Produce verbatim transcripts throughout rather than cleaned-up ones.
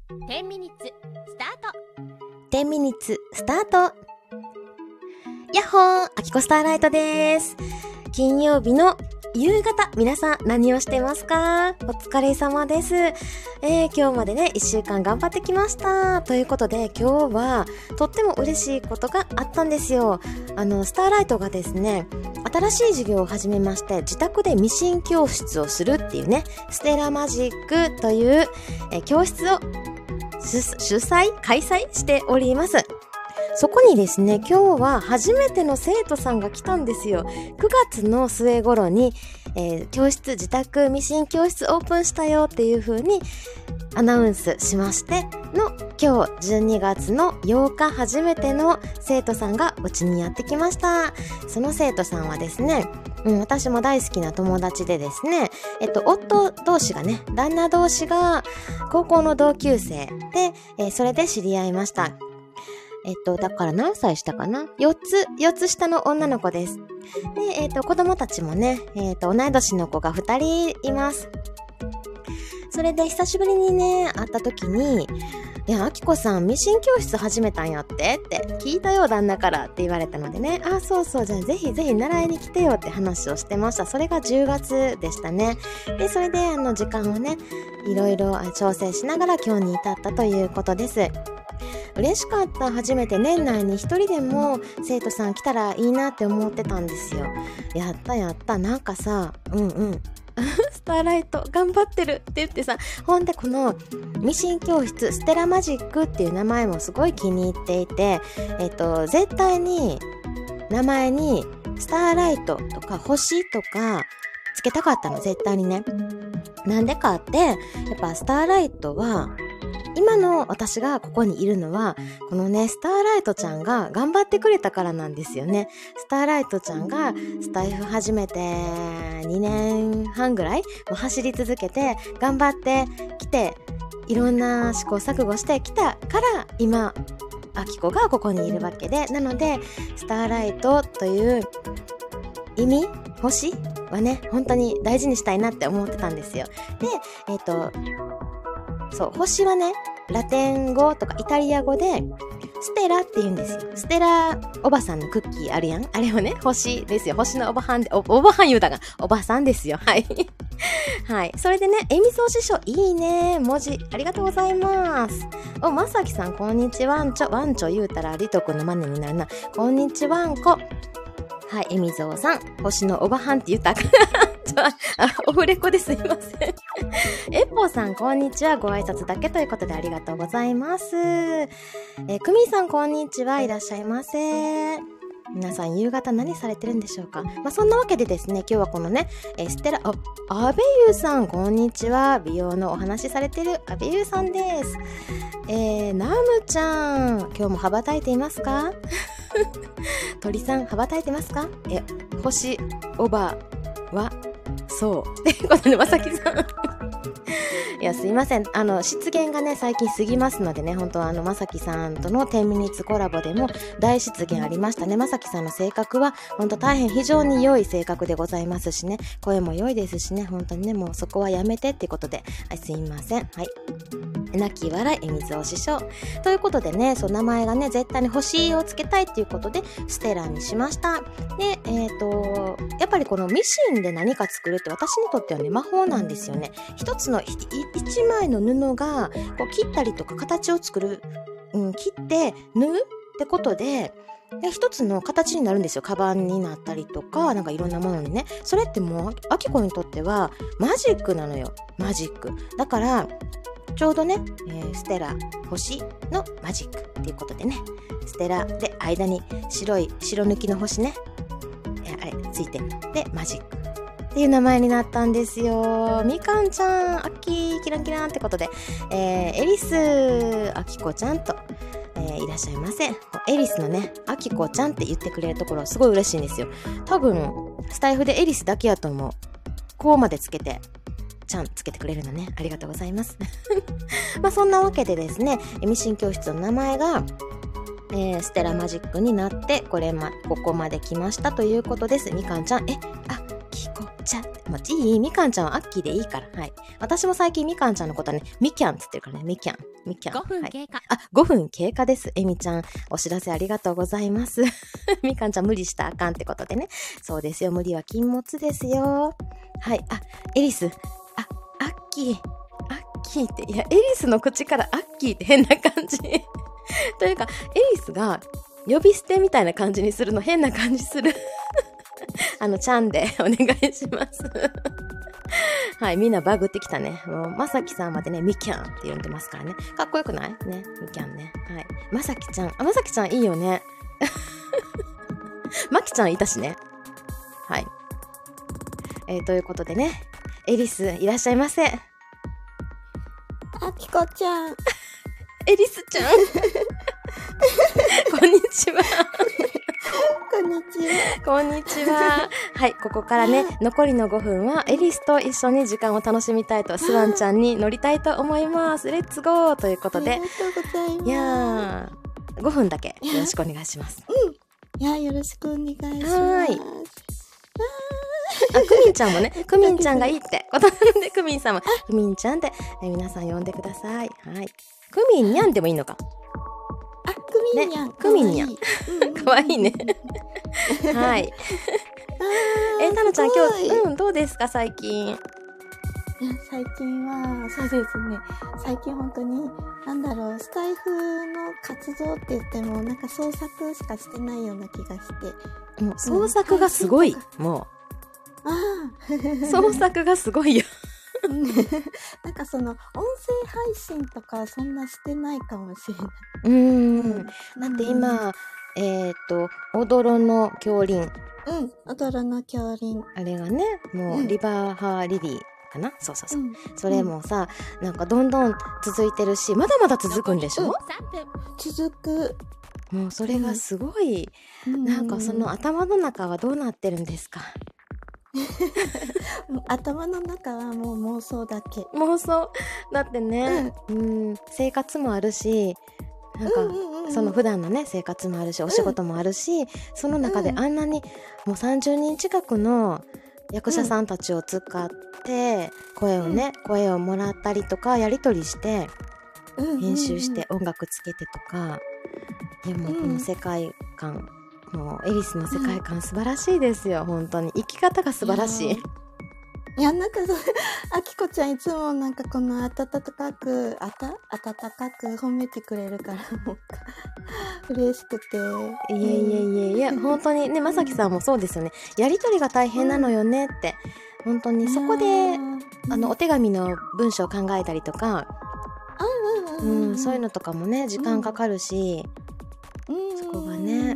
テンミニッツスタート。 テンミニッツスタート。やっほー、あきこスターライトです。金曜日の夕方、皆さん何をしてますか？お疲れ様です。えー、今日までね、一週間頑張ってきました。ということで、今日はとっても嬉しいことがあったんですよ。あの、スターライトがですね、新しい授業を始めまして、自宅でミシン教室をするっていうね、ステラマジックという、えー、教室を主催開催しております。そこにですね、今日は初めての生徒さんが来たんですよ。くがつの末頃に、えー、教室、自宅ミシン教室オープンしたよっていう風にアナウンスしましての、今日じゅうにがつのようか初めての生徒さんがうちにやってきました。その生徒さんはですね、うん、私も大好きな友達でですね、えっと、夫同士がね、旦那同士が高校の同級生で、えー、それで知り合いました。えっと、だから何歳下かな ?よっ つ、よっつ下の女の子です。で、えっと、子供たちもね、えっと、同い年の子がふたりいます。それで久しぶりにね、会った時に、いや、あきこさん、ミシン教室始めたんやってって聞いたよ、旦那からって言われたのでね、あ、そうそう、じゃあぜひぜひ習いに来てよって話をしてました。それがじゅうがつでしたね。で、それであの時間をね、いろいろ調整しながら今日に至ったということです。嬉しかった。初めて年内に一人でも生徒さん来たらいいなって思ってたんですよ。やったやった。なんかさ、うんうんスターライト頑張ってるって言ってさ、ほんでこのミシン教室ステラマジックっていう名前もすごい気に入っていて、えっと絶対に名前にスターライトとか星とかつけたかったの、絶対にね。なんでかって、やっぱスターライトは今の私がここにいるのは、このね、スターライトちゃんが頑張ってくれたからなんですよね。スターライトちゃんがスタイフ始めてにねんはんぐらいもう走り続けて頑張ってきて、いろんな試行錯誤してきたから今、あきこがここにいるわけで、なのでスターライトという意味、星はね、本当に大事にしたいなって思ってたんですよ。で、えっとそう、星はね、ラテン語とかイタリア語でステラって言うんですよ。ステラおばさんのクッキーあるやん、あれをね、星ですよ。星のおばはんで、お, おばはん言うたがおばさんですよ。はいはい。それでね、えみぞう師匠いいね、文字ありがとうございます。お、まさきさんこんにちはんちょ。ワンチョ言うたらリト君のマネになるな。こんにちはんこ。はい、えみぞうさん、星のおばはんって言ったかあ、オフレコですいませんえっぽーさんこんにちは、ご挨拶だけということでありがとうございます。えー、くみさんこんにちは、いらっしゃいませ。皆さん夕方何されてるんでしょうか。まあ、そんなわけでですね、今日はこのね、えー、ステラ、あ、あべゆうさんこんにちは、美容のお話されてるあべゆうさんです。えー、ナムちゃん、今日も羽ばたいていますか鳥さん羽ばたいてますか。え、星おばはそうってことで、まさきさんいやすいません、あの失言がね最近過ぎますのでね、本当はあのまさきさんとのじゅうミニッツコラボでも大失言ありましたね。まさきさんの性格は本当大変非常に良い性格でございますしね、声も良いですしね、本当にね、もうそこはやめてっていうことで、はい、すいません。はい、泣き笑いえみぞう師匠ということでね、そう名前がね絶対に星をつけたいっていうことでステラにしました。で、えっとやっぱりこのミシンで何か作るって私にとってはね魔法なんですよね。一つの一枚の布がこう切ったりとか形を作る、うん、切って縫うってことでで一つの形になるんですよ。カバンになったりとか、なんかいろんなものにね。それってもうあきこにとってはマジックなのよ。マジックだからちょうどね、えー、ステラ星のマジックっていうことでね、ステラで間に白い白抜きの星ね、えー、あれついてでマジックっていう名前になったんですよ。みかんちゃん、あっきーキランキランってことで、えー、エリスあきこちゃんと、えー、いらっしゃいませ。エリスのねあきこちゃんって言ってくれるところすごい嬉しいんですよ。多分スタイフでエリスだけやと思う。こうまでつけてちゃんつけてくれるのね、ありがとうございますまあそんなわけでですね、ミシン教室の名前が、えー、ステラマジックになってこれまここまで来ましたということです。みかんちゃん、えあきこちゃんまあ、いいみかんちゃんはアッキーでいいから。はい。私も最近みかんちゃんのことはね、みきゃんって言ってるからね、みきゃん。みきゃん。 ごふん経過。 はい、あ、ごふん経過です。えみちゃん、お知らせありがとうございます。みかんちゃん無理したらあかんってことでね。そうですよ。無理は禁物ですよ。はい。あ、エリス。あ、アッキー。アッキーって、いや、エリスの口からアッキーって変な感じ。というか、エリスが呼び捨てみたいな感じにするの変な感じする。あの、ちゃんでお願いします。はい、みんなバグってきたね。もう、まさきさんまでね、みきゃんって呼んでますからね。かっこよくないね、みきゃんね。はい。まさきちゃん、あ、まさきちゃんいいよね。まきちゃんいたしね。はい。えー、ということでね、エリスいらっしゃいませ。 あきこちゃん。 エリスちゃん。こんにちは。 こんにちは。 こんにちは。はい、ここからね、残りのごふんはエリスと一緒に時間を楽しみたいと、スワンちゃんに乗りたいと思います。レッツゴーということで。 ありがとうございます。 いやー、ごふんだけよろしくお願いします。 うん。いや、よろしくお願いします。 はーい。あ、クミンちゃんもね、クミンちゃんがいいってことなんで、クミンさんも、クミンちゃんって、え皆さん呼んでください。はい。クミンにゃんでもいいのか。 あ、クミンにゃん。 ね、クミンにゃん。かわいいね。はい。え、タナちゃん今日、うん、どうですか最近。いや、 最近は、そうですね。最近本当に、なんだろう、スタイフの活動って言っても、なんか創作しかしてないような気がして。 もう創作がすごい。もう。ああ。 創作がすごいよ。 なんかその、音声配信とかそんなしてないかもしれない。 うーん。だって今、えっと、踊ろの恐林。 うん、踊ろの恐林。 あれがね、もう、リバーハーリリーかな、そうそうそう。 うん、 それもさ、なんかどんどん続いてるし、まだまだ続くんでしょ、うん、 さんぷん。 続く。 もうそれがすごい、うん、なんかその頭の中はどうなってるんですか？ 頭の中はもう妄想だけ。 妄想だってね、うん、うん、生活もあるし、なんか、うんうんうん、その普段のね生活もあるし、お仕事もあるし、うん、その中であんなにもうさんじゅうにん近くの役者さんたちを使って声をね、うん、声をもらったりとかやり取りして編集して音楽つけてとか、いやもうこの世界観、うん、もうエリスの世界観素晴らしいですよ、うん、本当に生き方が素晴らしい。 いや、なんかそう、あきこちゃんいつもなんかこの温かく、あた温かく褒めてくれるから、もう、嬉しくて。いやいやいやいや、本当にね、まさきさんもそうですよね。やりとりが大変なのよねって。うん、本当にそこで、あの、お手紙の文章を考えたりとか、うん、そういうのとかもね、時間かかるし、うん、そこがね、うん。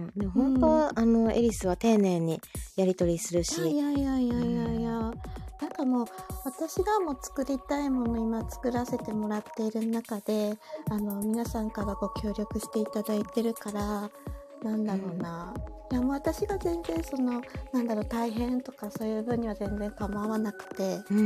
で本当、うん、あの、エリスは丁寧にやりとりするし。 いやいやいやいやいや。なんかもう、私がもう作りたいもの今作らせてもらっている中で、あの、皆さんからご協力していただいてるから、なんだろうな。うん、いやもう私が全然その、なんだろう、大変とかそういう分には全然構わなくて、 うん、うん、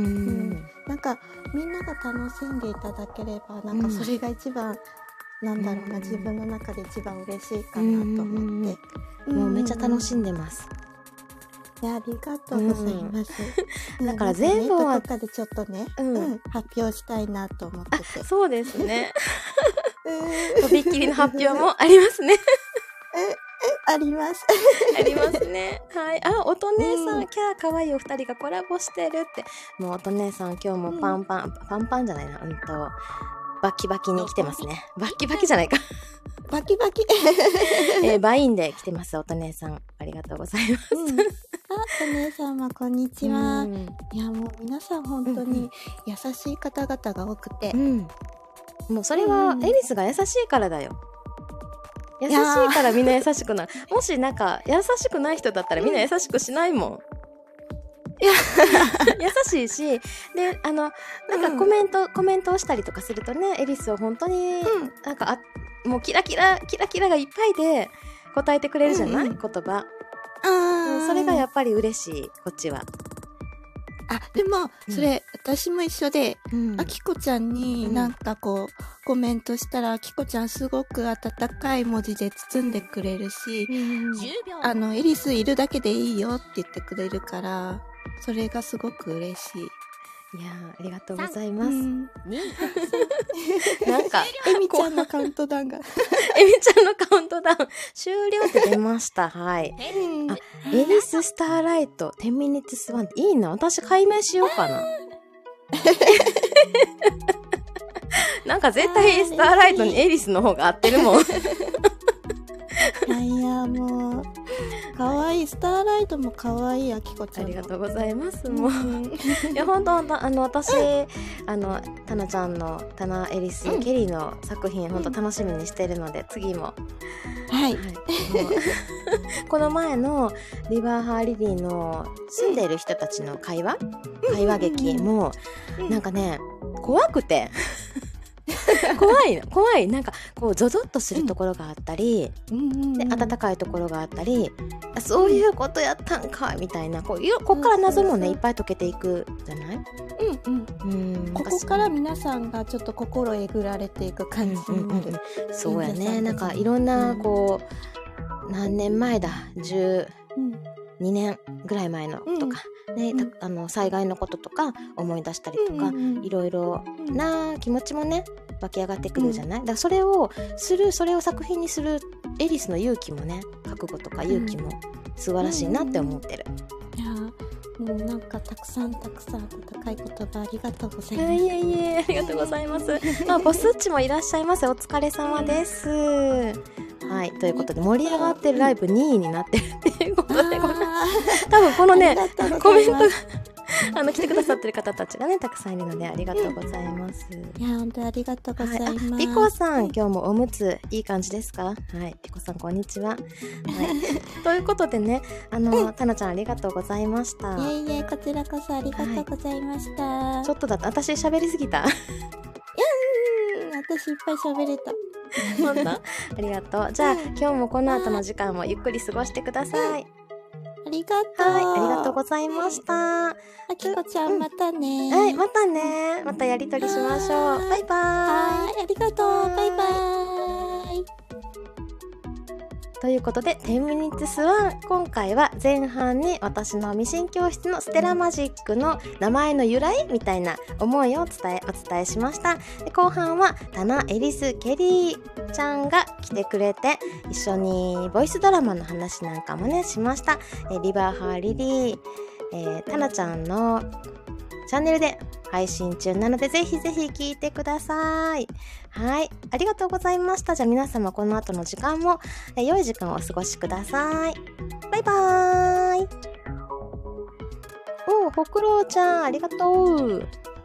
なんかみんなが楽しんでいただければ、なんかそれが一番、うん、なんだろうな、自分の中で一番嬉しいかなと思って。 うん、もうめっちゃ楽しんでます。 いや、ありがとうございます。 うん、だから全部は、 どこかでちょっとね、うんうん、発表したいなと思ってて。 そうですね。とびっきりの発表もありますね。 え、え、あります。 ありますね。はい。あ、おと姉さん、うん、キャー、かわいいお二人がコラボしてるって。もうおと姉さん、今日もパンパン、うん、パンパンじゃないな、うんと、バキバキに来てますね。バキバキじゃないか。 バキバキ。 えー、バインで来てます、おと姉さん。ありがとうございます。うん、 あ、お姉様、こんにちは。うん、いや、もう皆さん本当に優しい方々が多くて。 うん、もうそれは、エリスが優しいからだよ。優しいからみんな優しくなる。もしなんか、優しくない人だったらみんな優しくしないもん。いや優しいし、で、あの、なんかコメント、うん、コメントをしたりとかするとね、エリスを本当に、うん、なんか、あ、もうキラキラ、キラキラがいっぱいで答えてくれるじゃない、うんうん、言葉。 あ、 それがやっぱり嬉しい、こっちは。 あ、でも、それ、うん、私も一緒で、あきこちゃんになんかこう、コメントしたら、あきこちゃんすごく温かい文字で包んでくれるし、うん、あの、エリスいるだけでいいよって言ってくれるから、 それがすごく嬉しい。 いやー、ありがとうございます。 うんになんか、 えみちゃんのカウントダウンが。 えみちゃんのカウントダウン、終了って出ました。はい。 うんあ、エリススターライト、じゅうミニッツスワン。いいな。私、解明しようかな。なんか絶対スターライトにエリスの方が合ってるもん。 いやいや、もう、かわいい。スターライトもかわいい、あきこちゃんも。 ありがとうございます。もう。 うんいや、ほんとほんと、あの、私、あの、タナちゃんの、タナ・エリス・うんケリーの作品、ほんと楽しみにしてるので、次も。 はい。 はい、もうこの前のリバーハーリリーの住んでいる人たちの会話、会話劇も、なんかね、怖くて。怖いの怖いなんかこうゾゾッとするところがあったり、 うんうんうんで温かいところがあったり、あそういうことやったんかみたいな、こういろこっから謎もねいっぱい解けていくじゃない？ うんうん。 うんここから皆さんがちょっと心えぐられていく感じになる。 うんうんうんそうや演者さんたちね。なんかいろんなこう、何年前だじゅううんにねんぐらい前のとか、ねうんたあの災害のこととか思い出したりとか、 うんうんうんいろいろうんな気持ちもね湧き上がってくるじゃない、だからそれをするそれを作品にするエリスの勇気もね、覚悟とか勇気も素晴らしいなって思ってる、 いやもうなんかたくさんたくさん温かい言葉ありがとうございます。 いえいえありがとうございますまあボスッチもいらっしゃいませ。お疲れ様です。はいということで盛り上がってるライブにいになってるっていうことで、これあ多分このーねありがとうごコメントがざいます。 あの来てくださってる方たちがねたくさんいるのでありがとうございます。 いや本当にありがとうございます。 はい、あピコさん、今日もおむついい感じですか？はい、ピコさんこんにちは。はい、ということでね、あのタナちゃんありがとうございました。 いえいえこちらこそありがとうございました。 ちょっとだって私喋りすぎた。 うん私いっぱい喋れた。 本当？ありがとう。じゃあ今日もこの後の時間もゆっくり過ごしてください。 ありがとう。 はい、ありがとうございました。 あきこちゃんまたね。 はい、またね。またやりとりしましょう。バイバーイ。 はいありがとう。バイバイ。 ということでじゅうミニッツスワン、今回は前半に私のミシン教室のステラマジックの名前の由来みたいな思いを伝えお伝えしました。で後半はタナ・エリス・ケリーちゃんが来てくれて一緒にボイスドラマの話なんかもねしました。えリバーハーリリー、えー、タナちゃんのチャンネルで配信中なのでぜひぜひ聞いてください。はい、ありがとうございました。じゃあ皆様この後の時間もえ良い時間をお過ごしください。バイバーイ。おー、ほくろうちゃんありがとう。